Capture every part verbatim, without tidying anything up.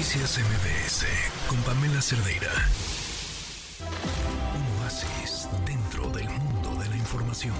Noticias M B S con Pamela Cerdeira. Un oasis dentro del mundo de la información.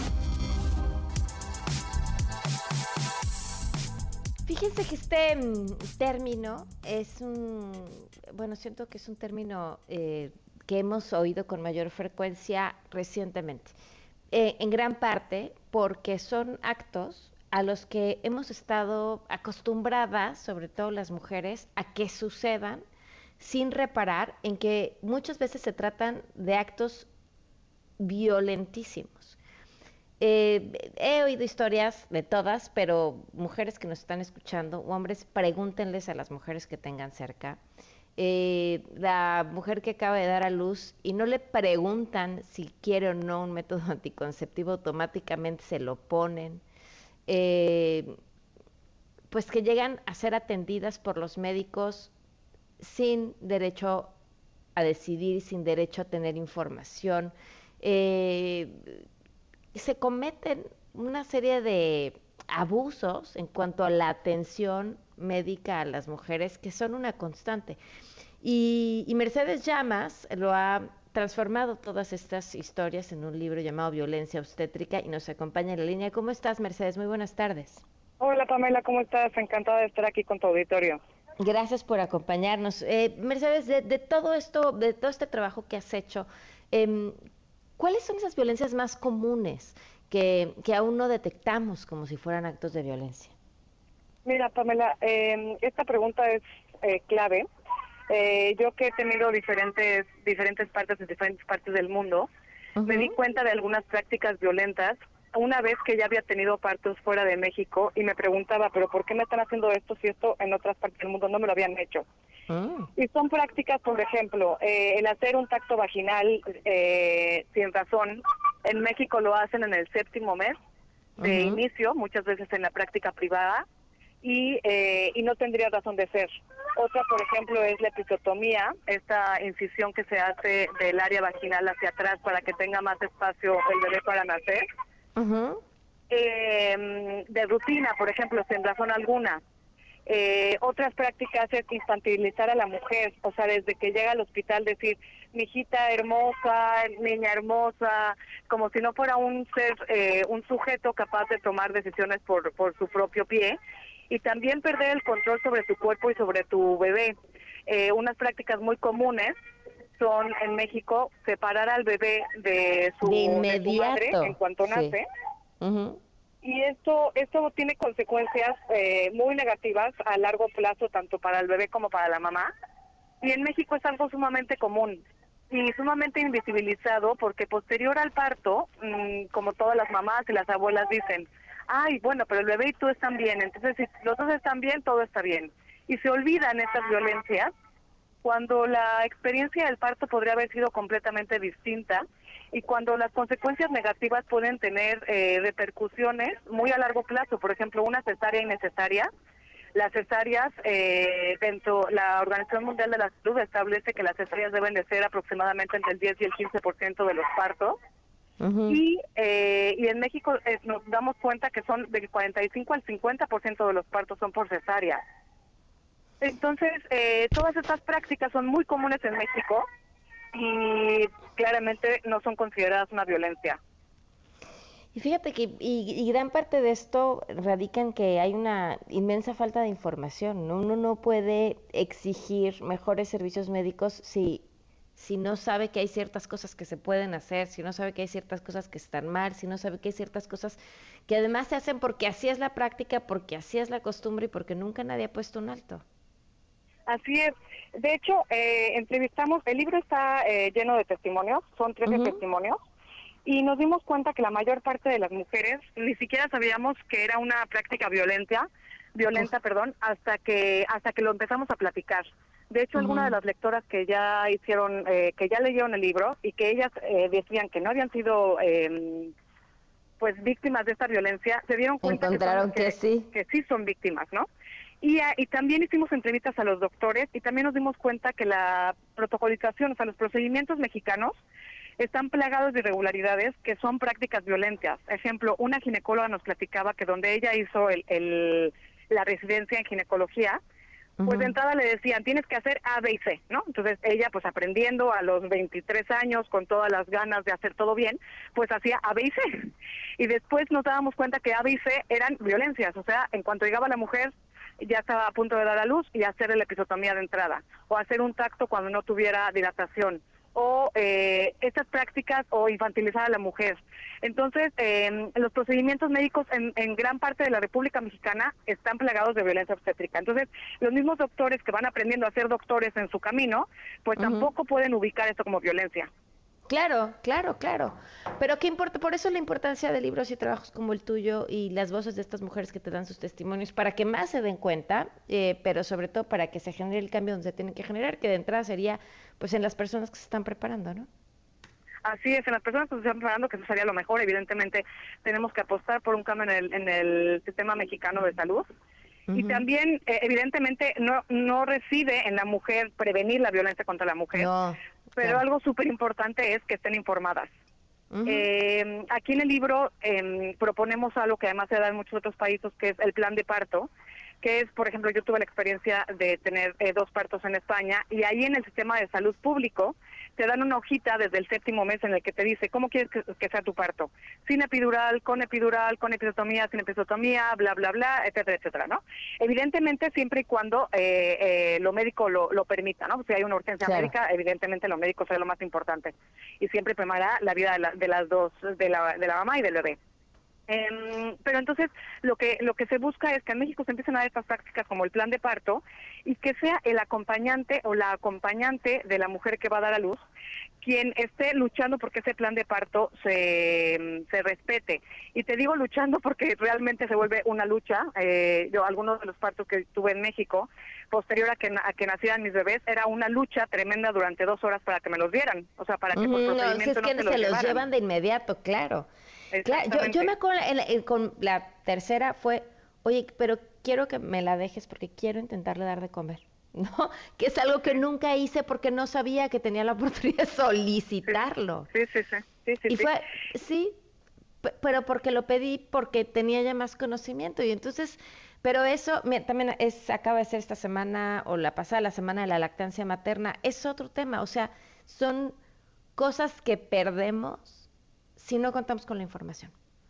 Fíjense que este mm, término es un, bueno, siento que es un término eh, que hemos oído con mayor frecuencia recientemente, eh, en gran parte porque son actos a los que hemos estado acostumbradas, sobre todo las mujeres, a que sucedan sin reparar en que muchas veces se tratan de actos violentísimos. Eh, he oído historias de todas, pero mujeres que nos están escuchando, o hombres, pregúntenles a las mujeres que tengan cerca. Eh, la mujer que acaba de dar a luz y no le preguntan si quiere o no un método anticonceptivo, automáticamente se lo ponen. Eh, pues que llegan a ser atendidas por los médicos sin derecho a decidir, sin derecho a tener información. Eh, se cometen una serie de abusos en cuanto a la atención médica a las mujeres que son una constante. Y, y Mercedes Llamas lo ha transformado todas estas historias en un libro llamado Violencia Obstétrica y nos acompaña en la línea. ¿Cómo estás, Mercedes? Muy buenas tardes. Hola, Pamela, ¿cómo estás? Encantada de estar aquí con tu auditorio. Gracias por acompañarnos. Eh, Mercedes, de, de todo esto, de todo este trabajo que has hecho, eh, ¿cuáles son esas violencias más comunes que, que aún no detectamos como si fueran actos de violencia? Mira, Pamela, eh, esta pregunta es eh, clave. Eh, yo que he tenido diferentes diferentes partes en diferentes partes del mundo, uh-huh. me di cuenta de algunas prácticas violentas una vez que ya había tenido partos fuera de México y me preguntaba, pero ¿por qué me están haciendo esto si esto en otras partes del mundo no me lo habían hecho? Uh-huh. Y son prácticas, por ejemplo, eh, el hacer un tacto vaginal eh, sin razón. En México lo hacen en el séptimo mes de uh-huh. inicio, muchas veces en la práctica privada, y, eh, y no tendría razón de ser. Otra, por ejemplo, es la episiotomía, esta incisión que se hace del área vaginal hacia atrás para que tenga más espacio el bebé para nacer. Uh-huh. Eh, de rutina, por ejemplo, sin razón alguna. Eh, otras prácticas es infantilizar a la mujer, o sea, desde que llega al hospital decir, mijita hermosa, niña hermosa, como si no fuera un ser, eh, un sujeto capaz de tomar decisiones por, por su propio pie, y también perder el control sobre tu cuerpo y sobre tu bebé. Eh, unas prácticas muy comunes son en México separar al bebé de su, de de su madre en cuanto sí. nace. Uh-huh. Y esto esto tiene consecuencias eh, muy negativas a largo plazo, tanto para el bebé como para la mamá. Y en México es algo sumamente común y sumamente invisibilizado porque posterior al parto, mmm, como todas las mamás y las abuelas dicen, ay, bueno, pero el bebé y tú están bien, entonces si los dos están bien, todo está bien. Y se olvidan estas violencias cuando la experiencia del parto podría haber sido completamente distinta y cuando las consecuencias negativas pueden tener eh, repercusiones muy a largo plazo. Por ejemplo, una cesárea innecesaria. Las cesáreas, eh, dentro la Organización Mundial de la Salud establece que las cesáreas deben de ser aproximadamente entre el diez y el quince por ciento de los partos. Uh-huh. Y eh, y en México eh, nos damos cuenta que son del cuarenta y cinco al cincuenta por ciento de los partos son por cesárea. Entonces, eh, todas estas prácticas son muy comunes en México y claramente no son consideradas una violencia. Y fíjate que y, y gran parte de esto radica en que hay una inmensa falta de información, ¿no? Uno no puede exigir mejores servicios médicos si, si no sabe que hay ciertas cosas que se pueden hacer, si no sabe que hay ciertas cosas que están mal, si no sabe que hay ciertas cosas que además se hacen porque así es la práctica, porque así es la costumbre y porque nunca nadie ha puesto un alto. Así es. De hecho, eh, entrevistamos, el libro está eh, lleno de testimonios, son trece uh-huh. testimonios, y nos dimos cuenta que la mayor parte de las mujeres ni siquiera sabíamos que era una práctica violenta, violenta, uh-huh. perdón, hasta que hasta que lo empezamos a platicar. De hecho, uh-huh. algunas de las lectoras que ya hicieron, eh, que ya leyeron el libro y que ellas eh, decían que no habían sido eh, pues víctimas de esta violencia, se dieron cuenta encontraron que, que, que sí, que sí son víctimas, ¿no? Y, y también hicimos entrevistas a los doctores y también nos dimos cuenta que la protocolización, o sea, los procedimientos mexicanos están plagados de irregularidades que son prácticas violentas. Ejemplo, una ginecóloga nos platicaba que donde ella hizo el, el, la residencia en ginecología, Pues de Ujú. entrada le decían, tienes que hacer A, B y C, ¿no? Entonces ella, pues aprendiendo a los veintitrés años, con todas las ganas de hacer todo bien, pues hacía A, B y C. Y después nos dábamos cuenta que A, B y C eran violencias, o sea, en cuanto llegaba la mujer, ya estaba a punto de dar a luz y hacer la episiotomía de entrada, o hacer un tacto cuando no tuviera dilatación, o eh, estas prácticas o infantilizar a la mujer. Entonces, eh, los procedimientos médicos en, en gran parte de la República Mexicana están plagados de violencia obstétrica. Entonces, los mismos doctores que van aprendiendo a ser doctores en su camino, pues Ujú. tampoco pueden ubicar esto como violencia. Claro, claro, claro. Pero qué importa, por eso la importancia de libros y trabajos como el tuyo y las voces de estas mujeres que te dan sus testimonios, para que más se den cuenta, eh, pero sobre todo para que se genere el cambio donde se tiene que generar, que de entrada sería pues en las personas que se están preparando, ¿no? Así es, en las personas que se están preparando, que eso sería lo mejor, evidentemente tenemos que apostar por un cambio en el, en el sistema mexicano de salud. Y Ujú. también, eh, evidentemente, no, no reside en la mujer prevenir la violencia contra la mujer, No, pero claro. algo súper importante es que estén informadas. Ujú. Eh, aquí en el libro eh, proponemos algo que además se da en muchos otros países, que es el plan de parto, que es, por ejemplo, yo tuve la experiencia de tener eh, dos partos en España, y ahí en el sistema de salud público te dan una hojita desde el séptimo mes en el que te dice cómo quieres que, que sea tu parto, sin epidural, con epidural, con episiotomía, sin episiotomía, bla, bla, bla, etcétera, etcétera, ¿no? Evidentemente siempre y cuando eh, eh, lo médico lo, lo permita, ¿no? Si hay una urgencia Claro. médica, evidentemente lo médico será lo más importante, y siempre primará la vida de, la, de las dos, de la, de la mamá y del bebé. Eh, pero entonces lo que lo que se busca es que en México se empiecen a dar estas prácticas como el plan de parto, y que sea el acompañante o la acompañante de la mujer que va a dar a luz quien esté luchando porque ese plan de parto se, se respete. Y te digo luchando porque realmente se vuelve una lucha. Eh, yo algunos de los partos que tuve en México, posterior a que, a que nacieran mis bebés, era una lucha tremenda durante dos horas para que me los dieran, o sea, para que por Ujú. No, si es procedimiento no que se los se los llevaran. llevan de inmediato, claro. Claro, yo, yo me Exactamente. acuerdo, en la- en- con la tercera fue, oye, pero quiero que me la dejes porque quiero intentarle dar de comer, ¿no? Que es algo Sí, que nunca hice porque no sabía que tenía la oportunidad de sí, solicitarlo. sí, sí, sí, sí, sí, Y sí. fue, sí, pe- pero porque lo pedí porque tenía ya más conocimiento. Y entonces, pero eso mira, también es, acaba de ser esta semana o la pasada, la semana de la lactancia materna, es otro tema. O sea, son cosas que perdemos si no contamos con la información.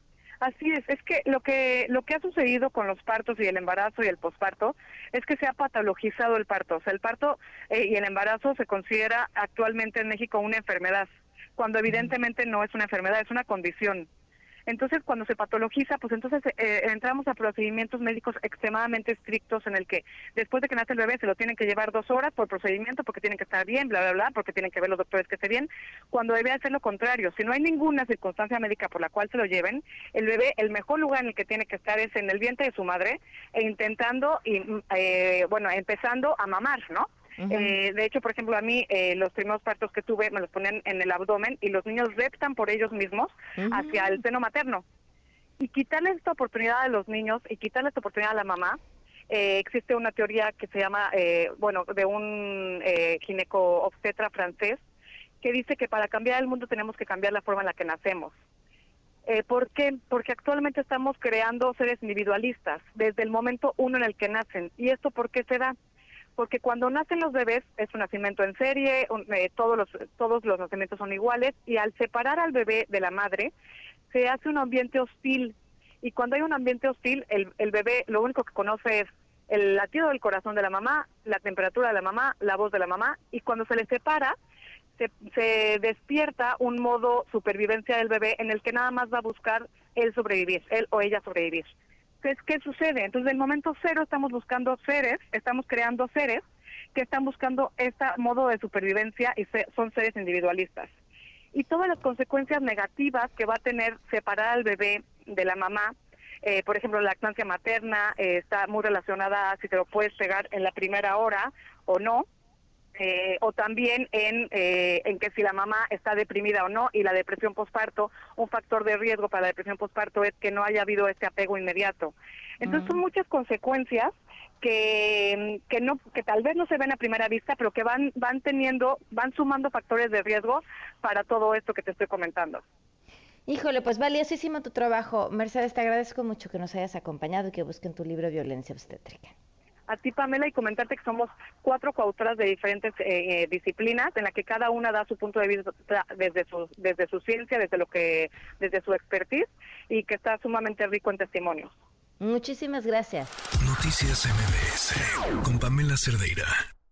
Así es, es que lo que lo que ha sucedido con los partos y el embarazo y el posparto es que se ha patologizado el parto. O sea, el parto eh, y el embarazo se considera actualmente en México una enfermedad, cuando Ujú. evidentemente no es una enfermedad, es una condición. Entonces, cuando se patologiza, pues entonces eh, entramos a procedimientos médicos extremadamente estrictos en el que después de que nace el bebé se lo tienen que llevar dos horas por procedimiento porque tienen que estar bien, bla, bla, bla, porque tienen que ver los doctores que esté bien, cuando debe ser lo contrario. Si no hay ninguna circunstancia médica por la cual se lo lleven, el bebé, el mejor lugar en el que tiene que estar es en el vientre de su madre e intentando, y eh, bueno, empezando a mamar, ¿no? Ujú. Eh, de hecho, por ejemplo, a mí eh, los primeros partos que tuve me los ponían en el abdomen y los niños reptan por ellos mismos hacia el Ujú. seno materno. Y quitarles esta oportunidad a los niños y quitarles esta oportunidad a la mamá, eh, existe una teoría que se llama, eh, bueno, de un eh, gineco-obstetra francés, que dice que para cambiar el mundo tenemos que cambiar la forma en la que nacemos. Eh, ¿Por qué? Porque actualmente estamos creando seres individualistas desde el momento uno en el que nacen. ¿Y esto por qué se da? Porque cuando nacen los bebés es un nacimiento en serie, un, eh, todos los todos los nacimientos son iguales, y al separar al bebé de la madre se hace un ambiente hostil, y cuando hay un ambiente hostil el, el bebé lo único que conoce es el latido del corazón de la mamá, la temperatura de la mamá, la voz de la mamá, y cuando se le separa se, se despierta un modo supervivencia del bebé en el que nada más va a buscar él sobrevivir, él o ella sobrevivir. Entonces, ¿qué sucede? Entonces, del momento cero estamos buscando seres, estamos creando seres que están buscando este modo de supervivencia y se, son seres individualistas. Y todas las consecuencias negativas que va a tener separar al bebé de la mamá, eh, por ejemplo, la lactancia materna eh, está muy relacionada a si te lo puedes pegar en la primera hora o no, eh, o también en, eh, en que si la mamá está deprimida o no, y la depresión posparto, un factor de riesgo para la depresión posparto es que no haya habido este apego inmediato. Entonces son Mm. muchas consecuencias que, que no que tal vez no se ven a primera vista, pero que van van teniendo, van sumando factores de riesgo para todo esto que te estoy comentando. Híjole, pues valiosísimo tu trabajo. Mercedes, te agradezco mucho que nos hayas acompañado y que busquen tu libro Violencia Obstétrica. a ti, Pamela, y comentarte que somos cuatro coautoras de diferentes eh, disciplinas, en la que cada una da su punto de vista desde su desde su ciencia, desde lo que desde su expertise, y que está sumamente rico en testimonios. Muchísimas gracias. Noticias M B S con Pamela Cerdeira.